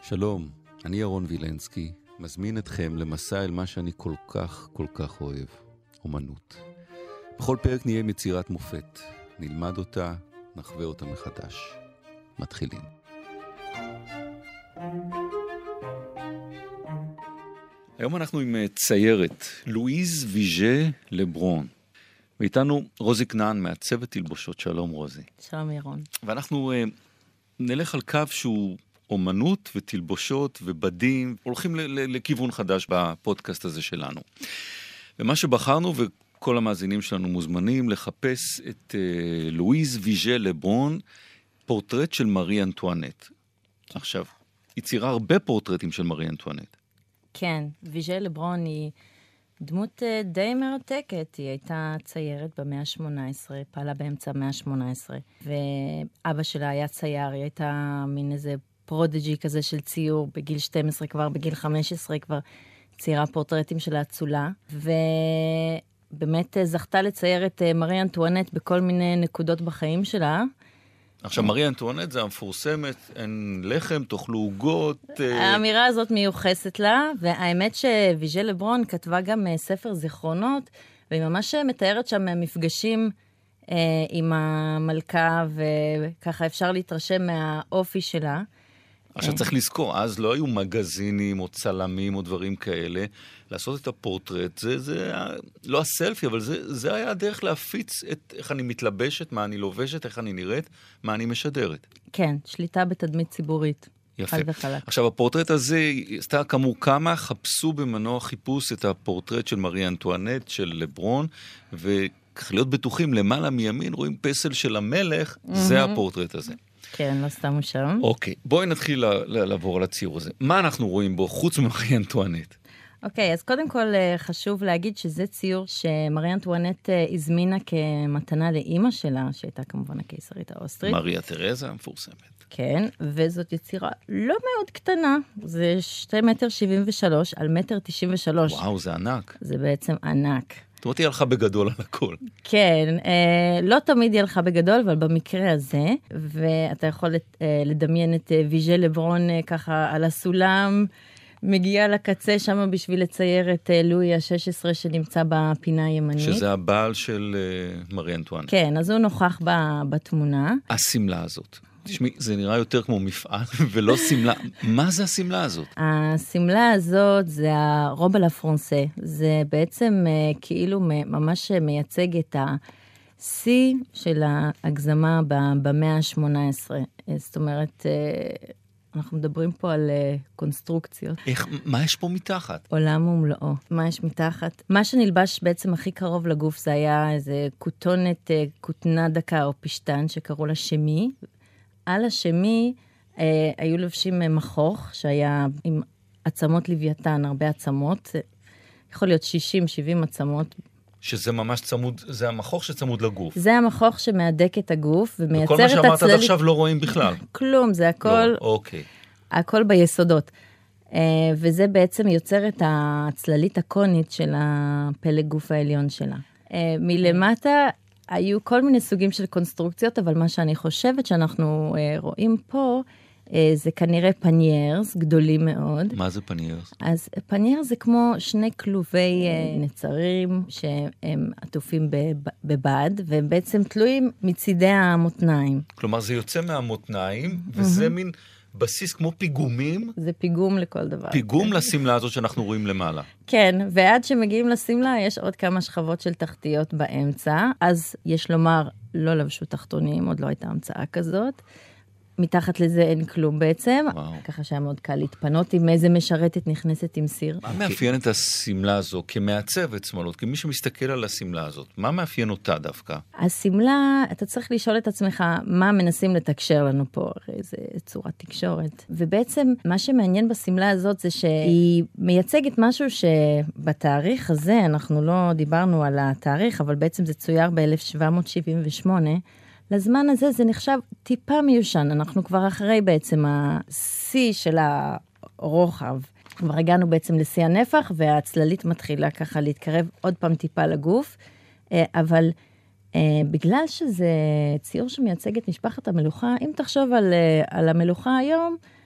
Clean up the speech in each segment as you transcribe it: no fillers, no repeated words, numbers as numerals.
שלום, אני ירון וילנסקי, מזמין אתכם למסע אל מה שאני כל כך אוהב, אומנות. בכל פרק נהיה עם יצירת מופת, נלמד אותה, נחווה אותה מחדש. מתחילים. היום אנחנו עם ציירת, לואיז ויז'ה לברון. ואיתנו רוזי כנען מעצבת תלבושות. שלום רוזי. שלום ירון. ואנחנו נלך על קו שהוא אומנות ותלבושות ובדים, הולכים לכיוון חדש בפודקאסט הזה שלנו. ומה שבחרנו, וכל המאזינים שלנו מוזמנים, לחפש את לואיז ויז'ה לברון, פורטרט של מארי אנטואנט. עכשיו, היא ציירה הרבה פורטרטים של מארי אנטואנט. כן, ויז'ה לברון היא דמות די מרתקת. היא הייתה ציירת במאה ה-18, פעלה באמצע המאה ה-18, ואבא שלה היה צייר, היא הייתה מין איזה פרודג'י כזה של ציור, בגיל 12 כבר, בגיל 15 כבר ציירה פורטרטים של האצולה, ובאמת זכתה לצייר את מארי אנטואנט בכל מיני נקודות בחיים שלה. עכשיו, מארי אנטואנט זה המפורסמת, אין לחם, תאכלו עוגות. האמירה הזאת מיוחסת לה, והאמת שוויז'ה לברון כתבה גם ספר זיכרונות, והיא ממש מתארת שם מפגשים עם המלכה, וככה אפשר להתרשם מהאופי שלה. עכשיו צריך לזכור, אז לא היו מגזינים או צלמים או דברים כאלה. לעשות את הפורטרט, זה לא הסלפי, אבל זה היה הדרך להפיץ את איך אני מתלבשת, מה אני לובשת, איך אני נראית, מה אני משדרת. כן, שליטה בתדמית ציבורית. יפה. עכשיו, הפורטרט הזה, עשתה כאמור כמה, חפשו במנוע חיפוש את הפורטרט של מארי אנטואנט, של לברון, וכך להיות בטוחים, למעלה מימין רואים פסל של המלך, זה הפורטרט הזה. כן, לא סתם הוא שם. אוקיי, בואי נתחיל לעבור על הציור הזה. מה אנחנו רואים בו חוץ ממארי אנטואנט? אוקיי, אז קודם כל חשוב להגיד שזה ציור שמארי אנטואנט הזמינה כמתנה לאימא שלה, שהייתה כמובן הקיסרית האוסטרית. מריה תרזה המפורסמת. כן, וזאת יצירה לא מאוד קטנה, זה 2.73 מטר על 1.93 מטר. וואו, זה ענק. זה בעצם ענק. זאת אומרת, היא הלכה בגדול על הכל. כן, לא תמיד היא הלכה בגדול, אבל במקרה הזה, ואתה יכול לדמיין את ויז'ה לברון ככה על הסולם, מגיע לקצה שם בשביל לצייר את לואי ה-16 שנמצא בפינה הימנית. שזה הבעל של מארי אנטואנט. כן, אז הוא נוכח בתמונה. הסמלה הזאת. תשמעי, זה נראה יותר כמו מפעל ולא סמלה. מה זה הסמלה הזאת? הסמלה הזאת זה הרובה לה פרנסה. זה בעצם כאילו ממש מייצג את השיא של ההגזמה במאה ה-18. זאת אומרת, אנחנו מדברים פה על קונסטרוקציות. מה יש פה מתחת? עולם ומלואו. מה יש מתחת? מה שנלבש בעצם הכי קרוב לגוף זה היה איזה כותנה דקה או פשטן שקראו לה שמי. על השמי היו לבשים מכוך שהיה עם עצמות לוויתן, הרבה עצמות. יכול להיות 60-70 עצמות. שזה ממש צמוד, זה המכוך שצמוד לגוף. זה המכוך שמהדק את הגוף ומייצר את הצללית. וכל מה שאמרת עד עכשיו לא רואים בכלל. כלום, זה הכל, לא, אוקיי. הכל ביסודות. וזה בעצם יוצר את הצללית הקונית של הפלג גוף העליון שלה. מלמטה היו כל מיני סוגים של קונסטרוקציות, אבל מה שאני חושבת שאנחנו רואים פה, זה כנראה פניירס גדולים מאוד. מה זה פניירס? אז פניירס זה כמו שני כלובי נצרים שהם עטופים בבד, והם בעצם תלויים מצידי המותניים. כלומר, זה יוצא מהמותניים, וזה מין בסיס כמו פיגומים. זה פיגום לכל דבר. פיגום לסמלה הזאת שאנחנו רואים למעלה. כן, ועד שמגיעים לסמלה יש עוד כמה שכבות של תחתיות באמצע, אז יש לומר, לא לבשו תחתונים, עוד לא הייתה המצאה כזאת. מתחת לזה אין כלום בעצם, ככה שהיה מאוד קל להתפנות עם איזה משרתת נכנסת עם סיר. מה מאפיין את הסמלה הזו כמעצבת שמאלות, כמי שמסתכל על הסמלה הזאת? מה מאפיין אותה דווקא? הסמלה, אתה צריך לשאול את עצמך מה מנסים לתקשר לנו פה, הרי זה צורת תקשורת. ובעצם מה שמעניין בסמלה הזאת זה שהיא מייצגת משהו שבתאריך הזה, אנחנו לא דיברנו על התאריך, אבל בעצם זה צויר ב-1778, לזמן הזה זה נחשב טיפה מיושן, אנחנו כבר אחרי בעצם השיא של הרוחב. כבר הגענו בעצם לשיא הנפח, והצללית מתחילה ככה להתקרב עוד פעם טיפה לגוף, אבל בגלל שזה ציור שמייצג את משפחת המלוכה, אם תחשוב על המלוכה היום,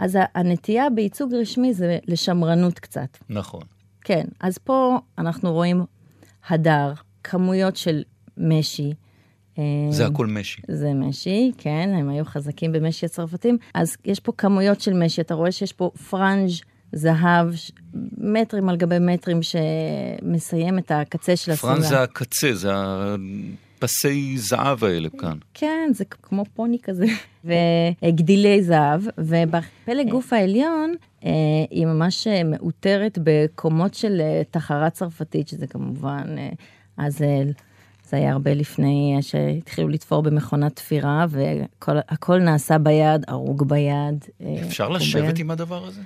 אז הנטייה בייצוג רשמי זה לשמרנות קצת. נכון. כן, אז פה אנחנו רואים הדר, כמויות של משי. זה הכל משי. זה משי, כן, הם היו חזקים במשי הצרפתים. אז יש פה כמויות של משי, אתה רואה שיש פה פרנג' זהב, מטרים על גבי מטרים שמסיים את הקצה של הסמלה. פרנג' זה הקצה, זה פסי זהב האלה כאן. כן, זה כמו פוני כזה. וגדילי זהב, ובפלג גוף העליון היא ממש מאותרת בקומות של תחרה צרפתית, שזה כמובן, אז זה היה הרבה לפני שהתחילו לתפור במכונת תפירה, והכל נעשה ביד, ארוג ביד. אפשר לשבת עם הדבר הזה?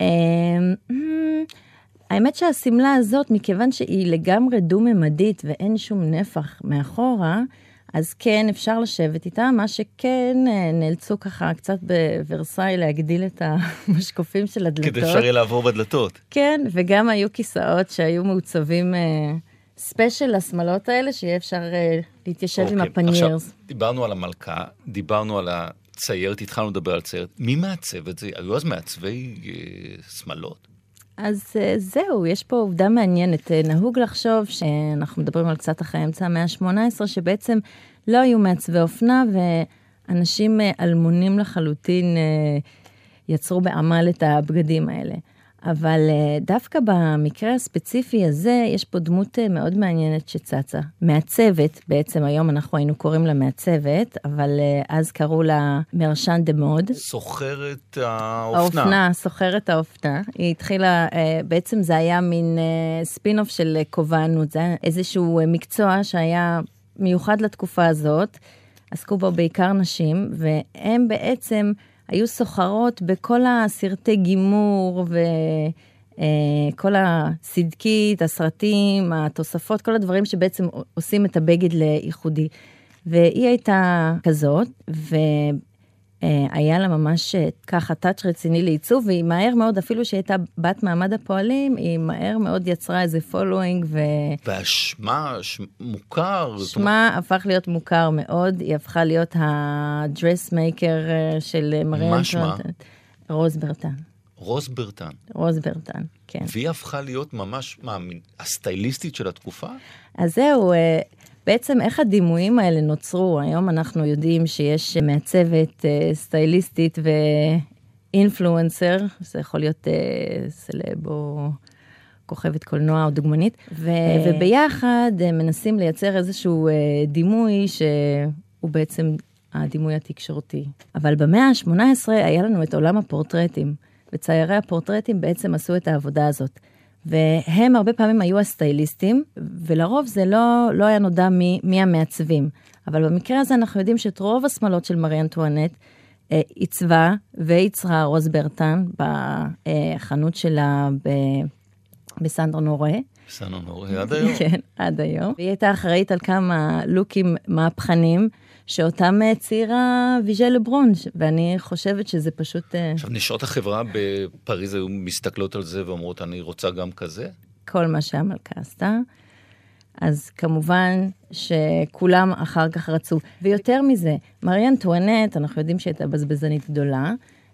האמת שהסמלה הזאת, מכיוון שהיא לגמרי דו-ממדית ואין שום נפח מאחורה, אז כן, אפשר לשבת איתה, מה שכן נאלצו ככה קצת בוורסאי להגדיל את המשקופים של הדלתות. כדי אפשר יהיה לעבור בדלתות. כן, וגם היו כיסאות שהיו מעוצבים ספיישל לסמלות האלה, שיהיה אפשר להתיישב עם הפניירס. עכשיו, דיברנו על המלכה, דיברנו על הציירת, התחלנו לדבר על ציירת. מי מעצב את זה? היו אז מעצבי סמלות? אז זהו, יש פה עובדה מעניינת. נהוג לחשוב שאנחנו מדברים על קצת אחרי אמצע המאה ה-18, שבעצם לא היו מעצבי אופנה, ואנשים אלמונים לחלוטין יצרו בעמל את הבגדים האלה. אבל דווקא במקרה הספציפי הזה, יש פה דמות מאוד מעניינת שצצה. מעצבת, בעצם היום אנחנו היינו קוראים לה מעצבת, אבל אז קראו לה מרשן דה מוד. סוחרת האופנה. האופנה, סוחרת האופנה. היא התחילה, בעצם זה היה מין ספין-אוף של קובענות, זה היה איזשהו מקצוע שהיה מיוחד לתקופה הזאת, עסקו בו בעיקר נשים, והם בעצם היו סוחרות בכל הסרטי גימור וכל הסדקית, הסרטים, התוספות, כל הדברים שבעצם עושים את הבגד לייחודי. והיא הייתה כזאת, והיה לה ממש ככה טאץ' רציני לעיצוב, והיא מהר מאוד, אפילו שהיא הייתה בת מעמד הפועלים, היא מהר מאוד יצרה איזה פולואינג. והשמה מוכר. שמה הפך להיות מוכר מאוד, היא הפכה להיות הדרסמייקר של מרי אנטואנט. מה שמה? רוז ברטן. רוז ברטן. רוז ברטן, כן. והיא הפכה להיות ממש, הסטייליסטית של התקופה? אז זהו, בעצם איך הדימויים האלה נוצרו? היום אנחנו יודעים שיש מעצבת, סטייליסטית ואינפלואנסר, זה יכול להיות סלב או כוכבת קולנוע או דוגמנית, וביחד מנסים לייצר איזשהו דימוי שהוא בעצם הדימוי התקשורתי. אבל במאה ה-18 היה לנו את עולם הפורטרטים, וציירי הפורטרטים בעצם עשו את העבודה הזאת. והם הרבה פעמים היו הסטייליסטים, ולרוב זה לא היה נודע מי המעצבים. אבל במקרה הזה אנחנו יודעים שאת רוב הסמלות של מרי אנטואנט עיצבה ויצרה רוז ברטן בחנות שלה בסן אונורי. בסן אונורי, עד היום. כן, עד היום. והיא הייתה אחראית על כמה לוקים מהפכנים, שאותם ציירה ויז'ה לברון, ואני חושבת שזה פשוט... עכשיו, נשות החברה בפריז היו מסתכלות על זה ואומרות, אני רוצה גם כזה? כל מה שהמלכה עשתה. אז כמובן שכולם אחר כך רצו. ויותר מזה, מרי אנטואנט, אנחנו יודעים שהייתה בזבזנית גדולה,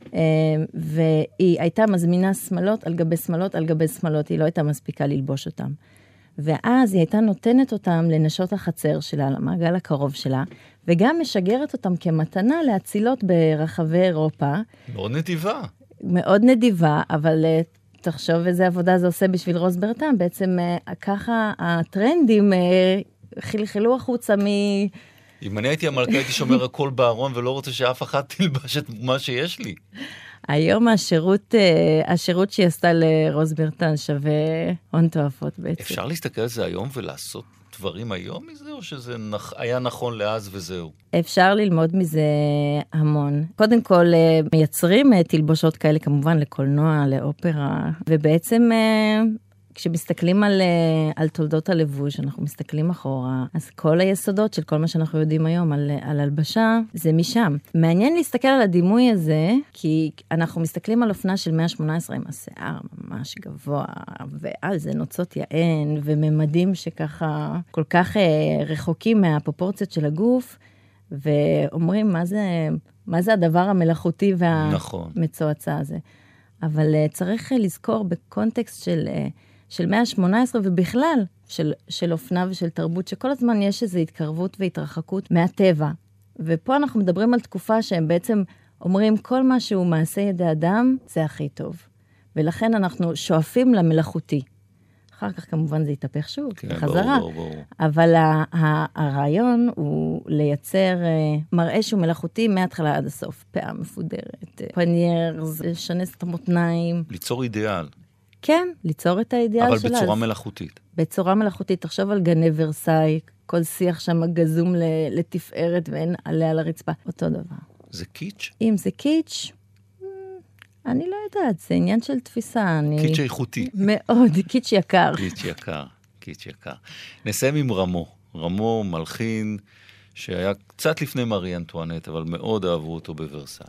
והיא הייתה מזמינה שמלות על גבי שמלות על גבי שמלות, היא לא הייתה מספיקה ללבוש אותם. ואז היא הייתה נותנת אותם לנשות החצר שלה, למעגל הקרוב שלה, וגם משגרת אותם כמתנה להצילות ברחבי אירופה. מאוד נדיבה. מאוד נדיבה, אבל תחשוב איזה עבודה זה עושה בשביל רוז ברטן. בעצם ככה הטרנדים חלחלו החוצה אם אני הייתי המלכה, הייתי שומר הכל בארון, ולא רוצה שאף אחד תלבש את מה שיש לי. היום השירות שהיא עשתה לרוז ברטן שווה הון תועפות בעצם. אפשר להסתכל על זה היום ולעשות דברים היום מזה, או שזה היה נכון לאז וזהו? אפשר ללמוד מזה המון. קודם כל, מייצרים תלבושות כאלה כמובן לקולנוע, לאופרה, ובעצם... כשמסתכלים על תולדות הלבוש, אנחנו מסתכלים אחורה, אז כל היסודות של כל מה שאנחנו יודעים היום על הלבשה, זה משם. מעניין להסתכל על הדימוי הזה, כי אנחנו מסתכלים על אופנה של 118 עם השיער ממש גבוה, ועל זה נוצות יען, וממדים שככה כל כך רחוקים מהפרופורציות של הגוף, ואומרים מה זה הדבר המלאכותי נכון. והמצועצע הזה. אבל צריך לזכור בקונטקסט של מאה ה-18 ובכלל של אופנה ושל תרבות, שכל הזמן יש איזו התקרבות והתרחקות מהטבע. ופה אנחנו מדברים על תקופה שהם בעצם אומרים, כל מה שהוא מעשה ידי אדם, זה הכי טוב. ולכן אנחנו שואפים למלאכותי. אחר כך כמובן זה יתהפך שוב, כן, בחזרה. ברור. אבל הרעיון הוא לייצר מראה שהוא מלאכותי מההתחלה עד הסוף. פאה מפודרת, פנייר, לשנס את המותניים. ליצור אידיאל. כן, ליצור את האידיאל שלה. אבל בצורה מלאכותית. בצורה מלאכותית. תחשוב על גני ורסאי, כל שיח שם גזום לתפארת ואין עליה לרצפה. אותו דבר. זה קיץ'? אם זה קיץ', אני לא יודעת, זה עניין של תפיסה. קיץ' איכותי. מאוד, קיץ' יקר. קיץ' יקר. נסיים עם רמו. רמו מלחין שהיה קצת לפני מארי אנטואנט, אבל מאוד אהבו אותו בוורסאי.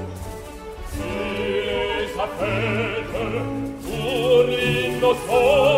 Oh